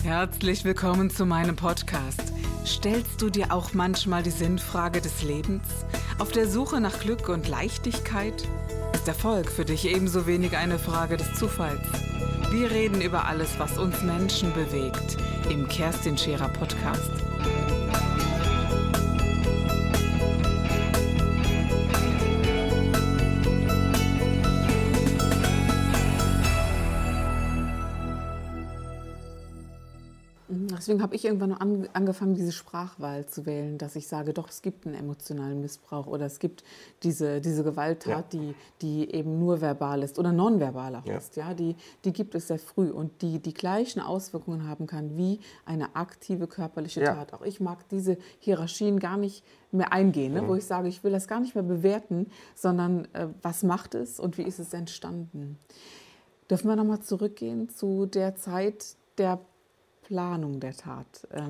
Herzlich willkommen zu meinem Podcast. Stellst du dir auch manchmal die Sinnfrage des Lebens? Auf der Suche nach Glück und Leichtigkeit? Ist Erfolg für dich ebenso wenig eine Frage des Zufalls? Wir reden über alles, was uns Menschen bewegt, im Kerstin Scherer Podcast. Deswegen habe ich irgendwann angefangen, diese Sprachwahl zu wählen, dass ich sage, doch, es gibt einen emotionalen Missbrauch oder es gibt diese Gewalttat, die eben nur verbal ist oder nonverbal auch ist. Ja, die gibt es sehr früh und die gleichen Auswirkungen haben kann wie eine aktive körperliche Tat. Auch ich mag diese Hierarchien gar nicht mehr eingehen, wo ich sage, ich will das gar nicht mehr bewerten, sondern was macht es und wie ist es entstanden? Dürfen wir nochmal zurückgehen zu der Zeit der Planung der Tat.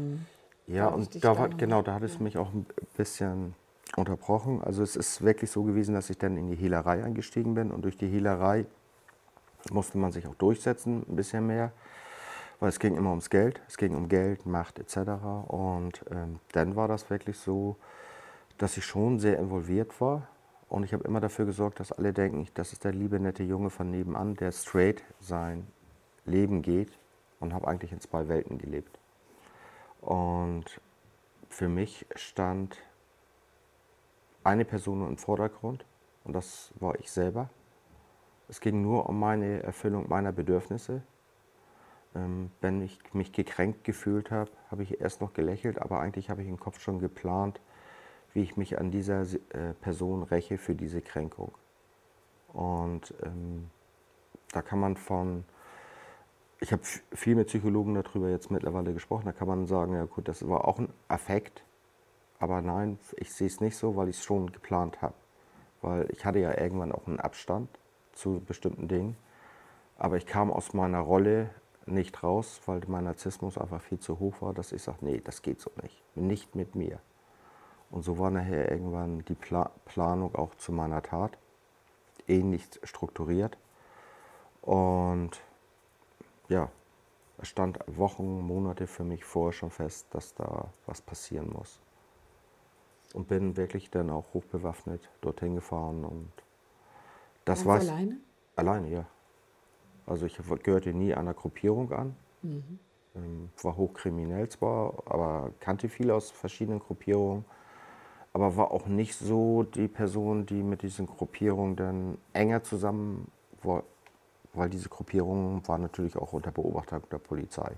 Und da hat es mich auch ein bisschen unterbrochen. Also es ist wirklich so gewesen, dass ich dann in die Hehlerei eingestiegen bin und durch die Hehlerei musste man sich auch durchsetzen, ein bisschen mehr, weil es ging immer ums Geld. Es ging um Geld, Macht etc. Und dann war das wirklich so, dass ich schon sehr involviert war und ich habe immer dafür gesorgt, dass alle denken, das ist der liebe, nette Junge von nebenan, der straight sein Leben geht. Und habe eigentlich in zwei Welten gelebt. Und für mich stand eine Person im Vordergrund und das war ich selber. Es ging nur um meine Erfüllung meiner Bedürfnisse. Wenn ich mich gekränkt gefühlt habe, habe ich erst noch gelächelt, aber eigentlich habe ich im Kopf schon geplant, wie ich mich an dieser Person räche für diese Kränkung. Und da kann man ich habe viel mit Psychologen darüber jetzt mittlerweile gesprochen, da kann man sagen, ja gut, das war auch ein Affekt, aber nein, ich sehe es nicht so, weil ich es schon geplant habe. Weil ich hatte ja irgendwann auch einen Abstand zu bestimmten Dingen, aber ich kam aus meiner Rolle nicht raus, weil mein Narzissmus einfach viel zu hoch war, dass ich sage, nee, das geht so nicht mit mir. Und so war nachher irgendwann die Planung auch zu meiner Tat ähnlich strukturiert und ja, es stand Wochen, Monate für mich vorher schon fest, dass da was passieren muss. Und bin wirklich dann auch hochbewaffnet dorthin gefahren. Und das war alleine? Alleine, ja. Also ich gehörte nie einer Gruppierung an. War hochkriminell zwar, aber kannte viele aus verschiedenen Gruppierungen. Aber war auch nicht so die Person, die mit diesen Gruppierungen dann enger zusammen war. Weil diese Gruppierung war natürlich auch unter Beobachtung der Polizei.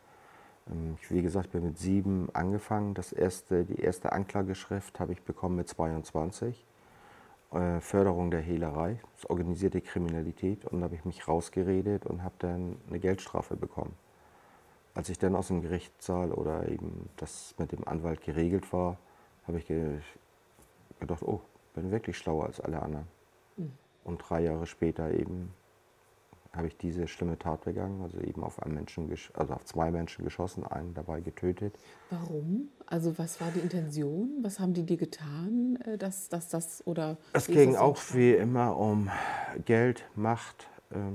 Wie gesagt, ich bin mit 7 angefangen. Die erste Anklageschrift habe ich bekommen mit 22. Förderung der Hehlerei, das organisierte Kriminalität. Und da habe ich mich rausgeredet und habe dann eine Geldstrafe bekommen. Als ich dann aus dem Gerichtssaal oder eben das mit dem Anwalt geregelt war, habe ich gedacht, oh, bin wirklich schlauer als alle anderen. Und 3 Jahre später eben habe ich diese schlimme Tat begangen, also eben auf auf 2 Menschen geschossen, einen dabei getötet. Warum? Also was war die Intention? Was haben die dir getan, dass das oder? Es ging auch wie immer um Geld, Macht.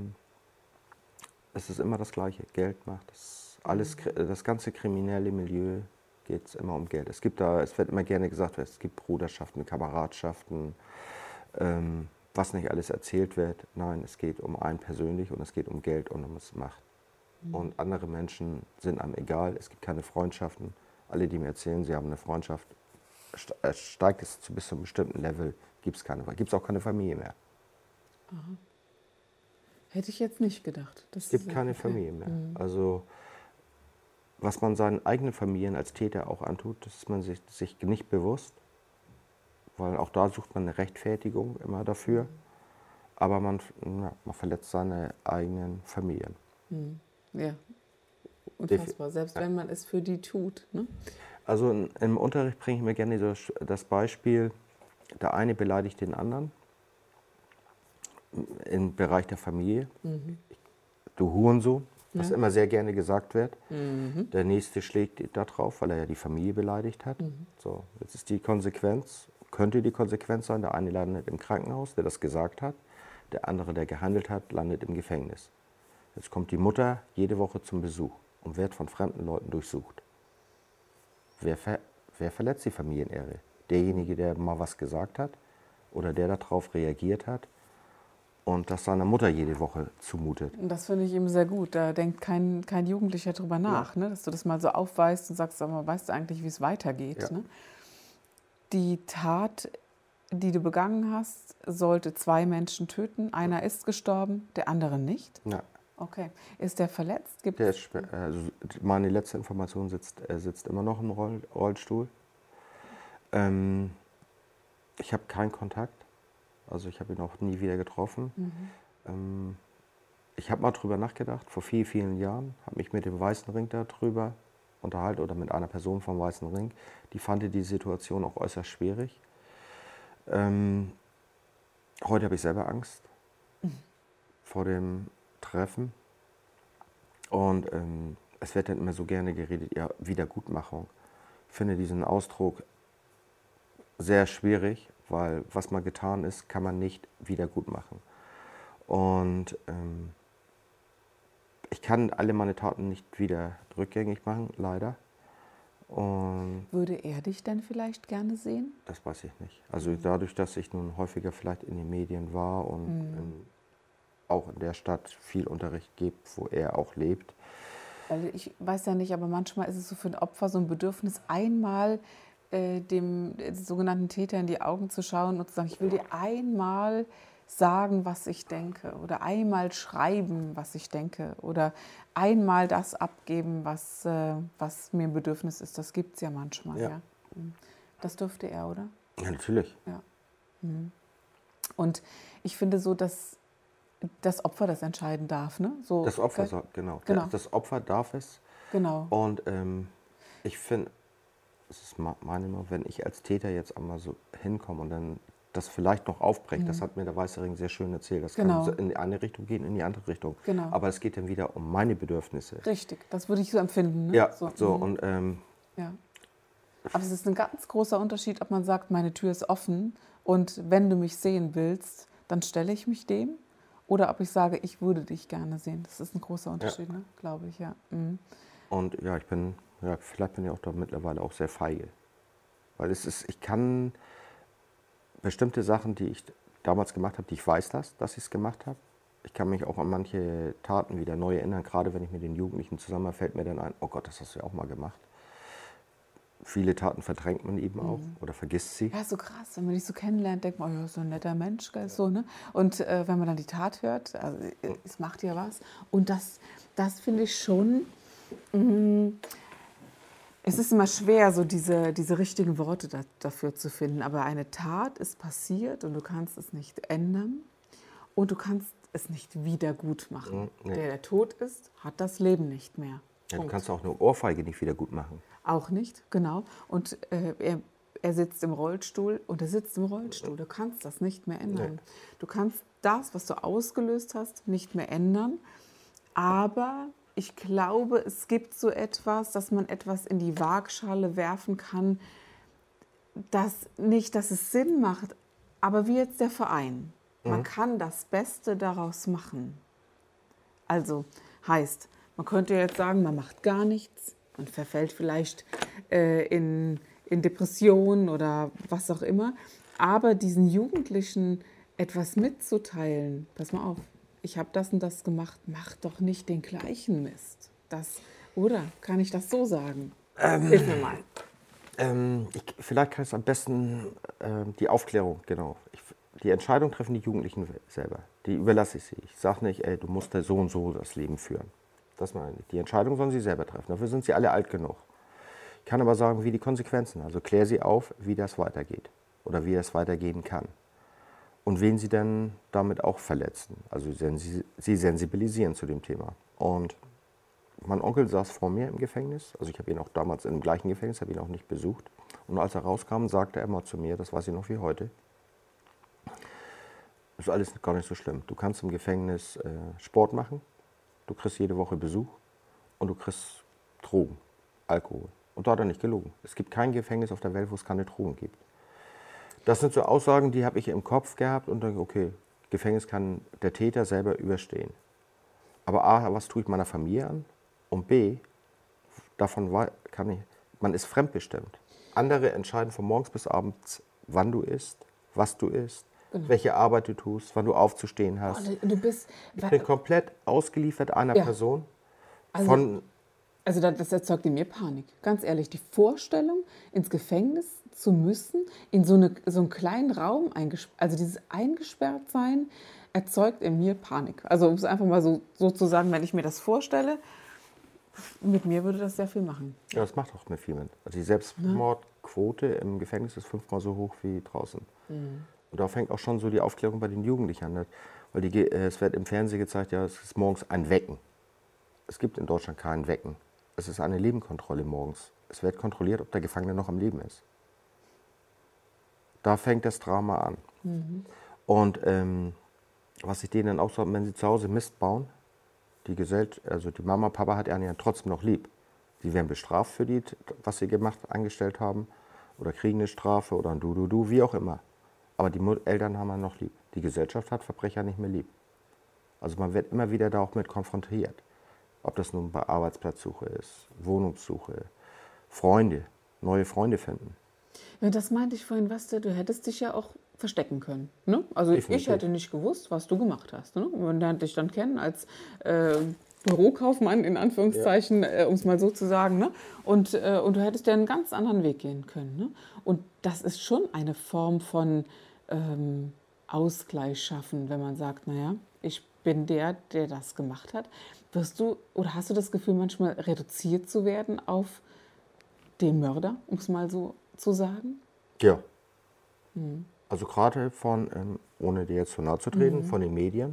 Es ist immer das Gleiche, Geld, Macht. Das ganze kriminelle Milieu geht es immer um Geld. Es wird immer gerne gesagt, es gibt Bruderschaften, Kameradschaften. Was nicht alles erzählt wird. Nein, es geht um einen persönlich und es geht um Geld und um Macht. Und andere Menschen sind einem egal, es gibt keine Freundschaften. Alle, die mir erzählen, sie haben eine Freundschaft, steigt es bis zu einem bestimmten Level, gibt es auch keine Familie mehr. Aha. Hätte ich jetzt nicht gedacht. Es gibt keine Familie mehr. Also was man seinen eigenen Familien als Täter auch antut, das ist man sich nicht bewusst. Weil auch da sucht man eine Rechtfertigung immer dafür. Aber man verletzt seine eigenen Familien. Ja, unfassbar, selbst wenn man es für die tut. Ne? Also im Unterricht bringe ich mir gerne das Beispiel, der eine beleidigt den anderen im Bereich der Familie. Du Hurensohn, was immer sehr gerne gesagt wird. Der nächste schlägt da drauf, weil er ja die Familie beleidigt hat. So, jetzt ist könnte die Konsequenz sein, der eine landet im Krankenhaus, der das gesagt hat, der andere, der gehandelt hat, landet im Gefängnis. Jetzt kommt die Mutter jede Woche zum Besuch. und wird von fremden Leuten durchsucht. Wer verletzt die Familienehre? Derjenige, der mal was gesagt hat oder der darauf reagiert hat und das seiner Mutter jede Woche zumutet. Und das finde ich eben sehr gut. Da denkt kein Jugendlicher drüber nach, ne? Dass du das mal so aufweist und sagst, sag mal, weißt du eigentlich, wie es weitergeht? Ja. Ne? Die Tat, die du begangen hast, sollte 2 Menschen töten. Einer ist gestorben, der andere nicht. Ja. Okay. Ist der verletzt? Also meine letzte Information, er sitzt immer noch im Rollstuhl. Ich habe keinen Kontakt. Also ich habe ihn auch nie wieder getroffen. Ich habe mal drüber nachgedacht, vor vielen Jahren, habe mich mit dem Weißen Ring darüber unterhalten oder mit einer Person vom Weißen Ring. Die fand die Situation auch äußerst schwierig. Heute habe ich selber Angst vor dem Treffen. Und es wird dann immer so gerne geredet, ja, Wiedergutmachung. Ich finde diesen Ausdruck sehr schwierig, weil was mal getan ist, kann man nicht wiedergutmachen. Und ich kann alle meine Taten nicht wieder rückgängig machen, leider. Und würde er dich denn vielleicht gerne sehen? das weiß ich nicht. Also dadurch, dass ich nun häufiger vielleicht in den Medien war und auch in der Stadt viel Unterricht gebe, wo er auch lebt. Weil ich weiß ja nicht, aber manchmal ist es so für ein Opfer so ein Bedürfnis, einmal dem sogenannten Täter in die Augen zu schauen und zu sagen, ich will dir einmal sagen, was ich denke oder einmal schreiben, was ich denke oder einmal das abgeben, was mir ein Bedürfnis ist. Das gibt es ja manchmal. Ja. Ja. Das dürfte er, oder? Ja, natürlich. Ja. Und ich finde so, dass das Opfer das entscheiden darf. Ne? So, Das Opfer, genau. Das Opfer darf es. Genau. Und ich finde, es ist meine Meinung, wenn ich als Täter jetzt einmal so hinkomme und dann das vielleicht noch aufbreche, das hat mir der Weiße Ring sehr schön erzählt, das kann in die eine Richtung gehen, in die andere Richtung. Genau. Aber es geht dann wieder um meine Bedürfnisse. Richtig, das würde ich so empfinden. Ne? Ja, und ja. Aber es ist ein ganz großer Unterschied, ob man sagt, meine Tür ist offen und wenn du mich sehen willst, dann stelle ich mich dem. Oder ob ich sage, ich würde dich gerne sehen. Das ist ein großer Unterschied, ne? Glaube ich, ja. Und ja, vielleicht bin ich auch da mittlerweile auch sehr feige. Weil ich kann bestimmte Sachen, die ich damals gemacht habe, die ich weiß, dass ich es gemacht habe. Ich kann mich auch an manche Taten wieder neu erinnern, gerade wenn ich mit den Jugendlichen zusammen, fällt mir dann ein, oh Gott, das hast du ja auch mal gemacht. Viele Taten verdrängt man eben auch oder vergisst sie. Ja, so krass, wenn man dich so kennenlernt, denkt man, oh ja, so ein netter Mensch, gell, so, ne? Und wenn man dann die Tat hört, also, es macht ja was. Und das finde ich schon, es ist immer schwer, so diese richtigen Worte dafür zu finden. Aber eine Tat ist passiert und du kannst es nicht ändern und du kannst es nicht wieder gut machen. Nee. Der tot ist, hat das Leben nicht mehr. Ja, du kannst auch eine Ohrfeige nicht wieder gut machen. Auch nicht, genau. Und er sitzt im Rollstuhl und er sitzt im Rollstuhl. Du kannst das nicht mehr ändern. Nee. Du kannst das, was du ausgelöst hast, nicht mehr ändern. Aber ich glaube, es gibt so etwas, dass man etwas in die Waagschale werfen kann, dass es Sinn macht, aber wie jetzt der Verein. Man kann das Beste daraus machen. Also heißt, man könnte jetzt sagen, man macht gar nichts, man verfällt vielleicht in Depressionen oder was auch immer. Aber diesen Jugendlichen etwas mitzuteilen, pass mal auf, ich habe das und das gemacht, mach doch nicht den gleichen Mist. Oder kann ich das so sagen? Hilf mir mal. Vielleicht kann es am besten die Aufklärung, genau. Die Entscheidung treffen die Jugendlichen selber. Die überlasse ich sie. Ich sage nicht, du musst da so und so das Leben führen. Das meine ich. Die Entscheidung sollen sie selber treffen. Dafür sind sie alle alt genug. Ich kann aber sagen, wie die Konsequenzen. Also klär sie auf, wie das weitergeht oder wie es weitergehen kann. Und wen sie dann damit auch verletzen. Also sie sensibilisieren zu dem Thema. Und mein Onkel saß vor mir im Gefängnis. Also ich habe ihn auch damals im gleichen Gefängnis, habe ihn auch nicht besucht. Und als er rauskam, sagte er mal zu mir, das weiß ich noch wie heute, das ist alles gar nicht so schlimm. Du kannst im Gefängnis Sport machen, du kriegst jede Woche Besuch und du kriegst Drogen, Alkohol. Und da hat er nicht gelogen. Es gibt kein Gefängnis auf der Welt, wo es keine Drogen gibt. Das sind so Aussagen, die habe ich im Kopf gehabt und denke, okay, Gefängnis kann der Täter selber überstehen. Aber A, was tue ich meiner Familie an? Und B, man ist fremdbestimmt. Andere entscheiden von morgens bis abends, wann du isst, was du isst, welche Arbeit du tust, wann du aufzustehen hast. Ich bin komplett ausgeliefert einer Person. Das erzeugt in mir Panik. Ganz ehrlich, die Vorstellung, ins Gefängnis zu müssen, in so einen kleinen Raum, also dieses Eingesperrtsein, erzeugt in mir Panik. Also um es einfach mal so zu sagen, wenn ich mir das vorstelle, mit mir würde das sehr viel machen. Ja, das macht auch mit viel mit. Also die Selbstmordquote im Gefängnis ist 5-mal so hoch wie draußen. Und da fängt auch schon so die Aufklärung bei den Jugendlichen an. Weil es wird im Fernsehen gezeigt, ja, es ist morgens ein Wecken. Es gibt in Deutschland kein Wecken. Es ist eine Lebenkontrolle morgens. Es wird kontrolliert, ob der Gefangene noch am Leben ist. Da fängt das Drama an. Und was ich denen dann auch sage, wenn sie zu Hause Mist bauen, die Mama, Papa hat einen ja trotzdem noch lieb. Sie werden bestraft für was sie angestellt haben oder kriegen eine Strafe oder ein Du, wie auch immer. Aber die Eltern haben einen noch lieb. Die Gesellschaft hat Verbrecher nicht mehr lieb. Also man wird immer wieder da auch mit konfrontiert. Ob das nun bei Arbeitsplatzsuche ist, Wohnungssuche, neue Freunde finden. Ja, das meinte ich vorhin, du hättest dich ja auch verstecken können. Ne? Also ich hätte nicht gewusst, was du gemacht hast. Ne? Man lernt dich dann kennen als Bürokaufmann, in Anführungszeichen, um es mal so zu sagen. Ne? Und du hättest ja einen ganz anderen Weg gehen können. Ne? Und das ist schon eine Form von Ausgleich schaffen, wenn man sagt, naja, ich bin der das gemacht hat. Oder hast du das Gefühl, manchmal reduziert zu werden auf den Mörder, um es mal so zu sagen? Ja. Also gerade ohne dir jetzt zu nahe zu treten, von den Medien.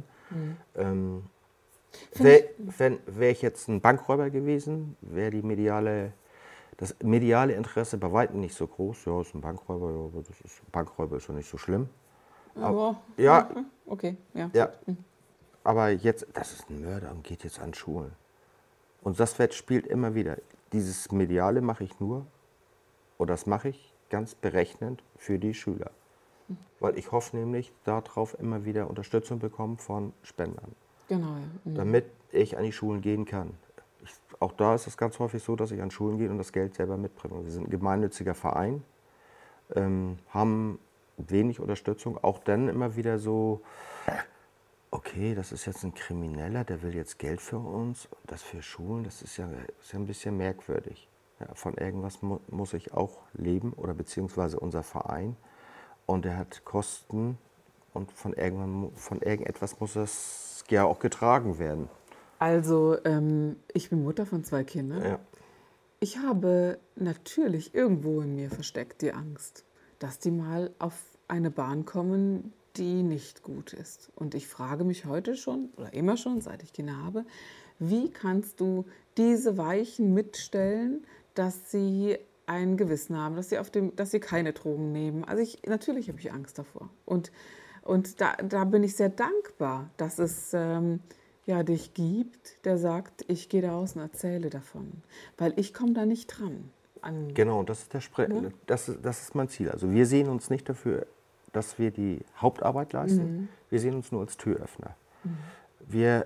Wäre ich jetzt ein Bankräuber gewesen, wäre das mediale Interesse bei weitem nicht so groß. Ja, ist ein Bankräuber, ja, aber Bankräuber ist ja nicht so schlimm. Aber, ja. Okay, ja. Ja. Aber jetzt, das ist ein Mörder und geht jetzt an Schulen. Und das spielt immer wieder. Dieses Mediale mache ich das mache ich ganz berechnend für die Schüler. Weil ich hoffe nämlich, darauf immer wieder Unterstützung bekommen von Spendern. Genau, ja. Damit ich an die Schulen gehen kann. Auch da ist es ganz häufig so, dass ich an Schulen gehe und das Geld selber mitbringe. Wir sind ein gemeinnütziger Verein, haben wenig Unterstützung. Auch dann immer wieder so, okay, das ist jetzt ein Krimineller, der will jetzt Geld für uns. Und das für Schulen, das ist ja ein bisschen merkwürdig. Ja, von irgendwas muss ich auch leben oder beziehungsweise unser Verein. Und er hat Kosten und von irgendetwas muss das ja auch getragen werden. Also ich bin Mutter von 2 Kindern. Ja. Ich habe natürlich irgendwo in mir versteckt die Angst, dass die mal auf eine Bahn kommen, die nicht gut ist. Und ich frage mich heute schon, oder immer schon, seit ich Kinder habe, wie kannst du diese Weichen mitstellen, dass sie ein Gewissen haben, dass sie keine Drogen nehmen. Also natürlich habe ich Angst davor. Und da bin ich sehr dankbar, dass es dich gibt, der sagt, ich gehe da raus und erzähle davon. Weil ich komme da nicht dran. Genau, das ist das ist mein Ziel. Also wir sehen uns nicht dafür, dass wir die Hauptarbeit leisten. Wir sehen uns nur als Türöffner. Wir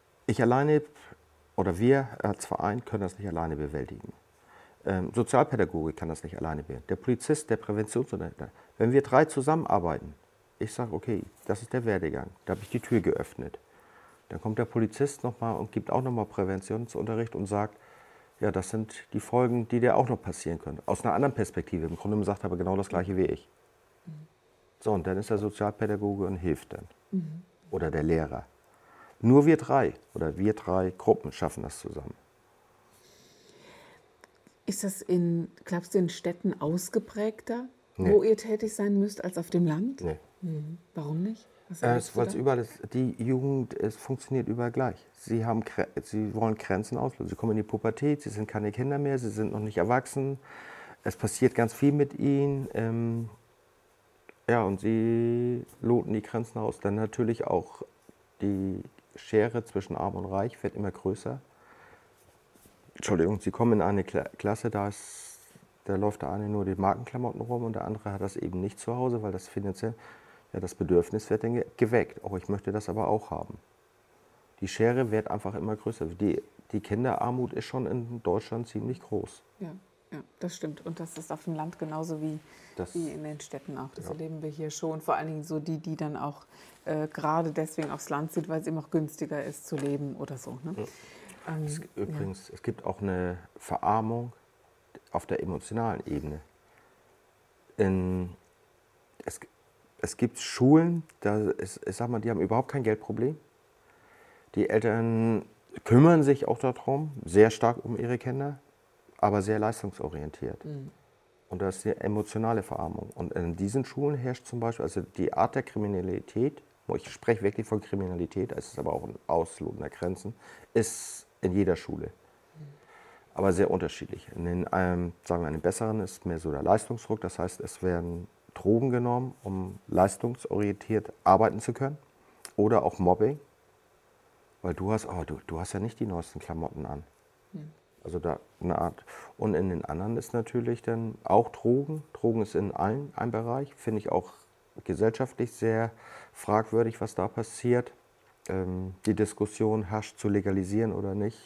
als Verein können das nicht alleine bewältigen. Sozialpädagogik kann das nicht alleine werden. Der Polizist, der Präventionsunterrichter. Wenn wir 3 zusammenarbeiten, ich sage, okay, das ist der Werdegang, da habe ich die Tür geöffnet. Dann kommt der Polizist nochmal und gibt auch nochmal Präventionsunterricht und sagt, ja, das sind die Folgen, die dir auch noch passieren können. Aus einer anderen Perspektive. Im Grunde genommen sagt er aber genau das Gleiche wie ich. So, und dann ist der Sozialpädagoge und hilft dann. Oder der Lehrer. Nur wir 3 Gruppen schaffen das zusammen. Ist das glaubst du, in Städten ausgeprägter, Nee. wo ihr tätig sein müsst, als auf dem Land? Nee. Warum nicht? Weil die Jugend, es funktioniert überall gleich. Sie wollen Grenzen auslösen. Sie kommen in die Pubertät, sie sind keine Kinder mehr, sie sind noch nicht erwachsen. Es passiert ganz viel mit ihnen. Und sie loten die Grenzen aus. Dann natürlich auch die Schere zwischen Arm und Reich wird immer größer. Entschuldigung, sie kommen in eine Klasse, da läuft der eine nur die Markenklamotten rum und der andere hat das eben nicht zu Hause, weil das finanziell, das Bedürfnis wird dann geweckt. Ich möchte das aber auch haben. Die Schere wird einfach immer größer. die Kinderarmut ist schon in Deutschland ziemlich groß. Ja, das stimmt. Und das ist auf dem Land genauso wie in den Städten auch. Das erleben wir hier schon. Vor allen Dingen so die dann auch gerade deswegen aufs Land sind, weil es eben auch günstiger ist zu leben oder so. Ne? Ja. Übrigens, es gibt auch eine Verarmung auf der emotionalen Ebene. Es gibt Schulen, ich sag mal, die haben überhaupt kein Geldproblem. Die Eltern kümmern sich auch darum, sehr stark um ihre Kinder, aber sehr leistungsorientiert. Und das ist die emotionale Verarmung. Und in diesen Schulen herrscht zum Beispiel, also die Art der Kriminalität, ich spreche wirklich von Kriminalität, es ist aber auch ein Ausloten der Grenzen, ist in jeder Schule. Aber sehr unterschiedlich. In einem besseren ist mehr so der Leistungsdruck, das heißt, es werden Drogen genommen, um leistungsorientiert arbeiten zu können. Oder auch Mobbing, weil du hast ja nicht die neuesten Klamotten an. Also da eine Art. Und in den anderen ist natürlich dann auch Drogen. Drogen ist in allen ein Bereich, finde ich auch gesellschaftlich sehr fragwürdig, was da passiert. Die Diskussion, Hasch zu legalisieren oder nicht.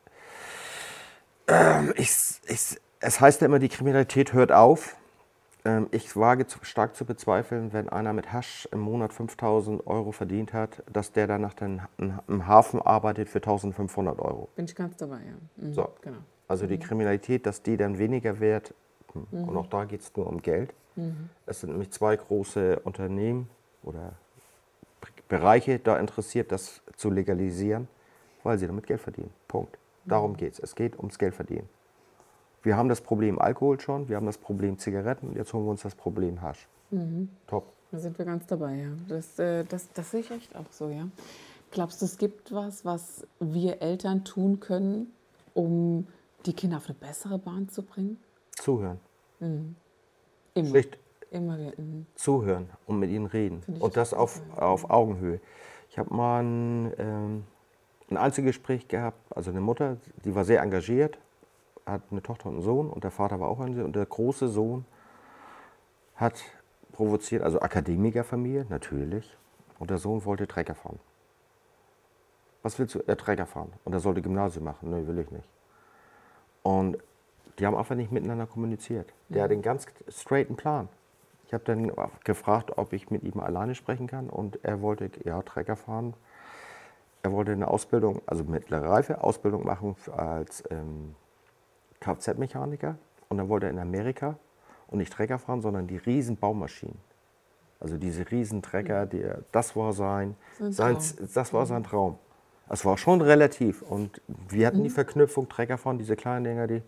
Es heißt ja immer, die Kriminalität hört auf. Ich wage stark zu bezweifeln, wenn einer mit Hasch im Monat 5.000 € verdient hat, dass der danach dann im Hafen arbeitet für 1.500 €. Bin ich ganz dabei, ja. So. Genau. Also die Kriminalität, dass die dann weniger wird, und auch da geht es nur um Geld. Es sind nämlich zwei große Unternehmen oder Bereiche da interessiert, das zu legalisieren, weil sie damit Geld verdienen. Punkt. Darum geht es. Es geht ums Geld verdienen. Wir haben das Problem Alkohol schon, wir haben das Problem Zigaretten und jetzt holen wir uns das Problem Hasch. Top. Da sind wir ganz dabei, ja. Das sehe ich echt auch so, ja. Glaubst du, es gibt was wir Eltern tun können, um die Kinder auf eine bessere Bahn zu bringen? Zuhören. Immer. Schlicht Immer wieder. zuhören und mit ihnen reden. Und das auf Augenhöhe. Ich habe mal ein Einzelgespräch gehabt, also eine Mutter, die war sehr engagiert, hat eine Tochter und einen Sohn und der Vater war auch engagiert. Und der große Sohn hat provoziert, also Akademikerfamilie, natürlich. Und der Sohn wollte Trecker fahren. Was willst du? Trecker fahren. Und er sollte Gymnasium machen. Nö, will ich nicht. Und die haben einfach nicht miteinander kommuniziert. Der hat einen ganz straighten Plan. Ich habe dann gefragt, ob ich mit ihm alleine sprechen kann. Und er wollte, Trecker fahren. Er wollte eine Ausbildung, also mittlere Reife, Ausbildung machen als Kfz-Mechaniker. Und dann wollte er in Amerika und nicht Trecker fahren, sondern die riesen Baumaschinen. Also diese riesen Trecker, das war sein Traum. Das war schon relativ. Und wir hatten die Verknüpfung, Trecker fahren, diese kleinen Dinger, die...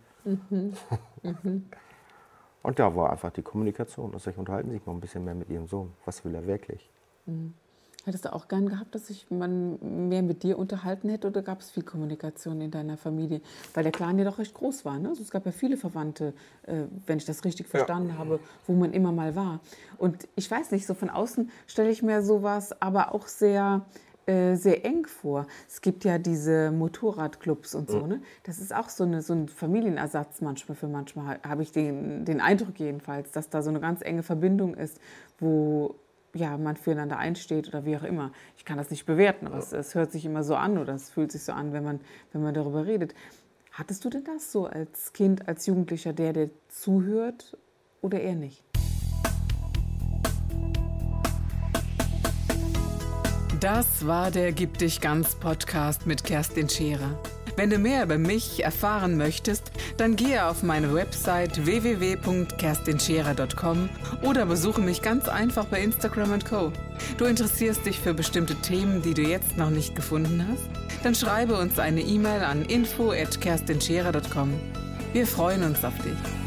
Und da war einfach die Kommunikation. Also ich unterhalte sich noch ein bisschen mehr mit ihrem Sohn. Was will er wirklich? Hättest du auch gern gehabt, dass sich man mehr mit dir unterhalten hätte oder gab es viel Kommunikation in deiner Familie? Weil der Clan ja doch recht groß war. Ne? Also es gab ja viele Verwandte, wenn ich das richtig verstanden habe, wo man immer mal war. Und ich weiß nicht, so von außen stelle ich mir sowas aber auch sehr eng vor. Es gibt ja diese Motorradclubs und so. Ne? Das ist auch so ein Familienersatz manchmal habe ich den Eindruck jedenfalls, dass da so eine ganz enge Verbindung ist, wo man füreinander einsteht oder wie auch immer. Ich kann das nicht bewerten, aber es hört sich immer so an oder es fühlt sich so an, wenn man darüber redet. Hattest du denn das so als Kind, als Jugendlicher, der zuhört oder eher nicht? Das war der Gib dich ganz Podcast mit Kerstin Scherer. Wenn du mehr über mich erfahren möchtest, dann gehe auf meine Website www.kerstinscherer.com oder besuche mich ganz einfach bei Instagram & Co. Du interessierst dich für bestimmte Themen, die du jetzt noch nicht gefunden hast? Dann schreibe uns eine E-Mail an info@kerstinscherer.com. Wir freuen uns auf dich.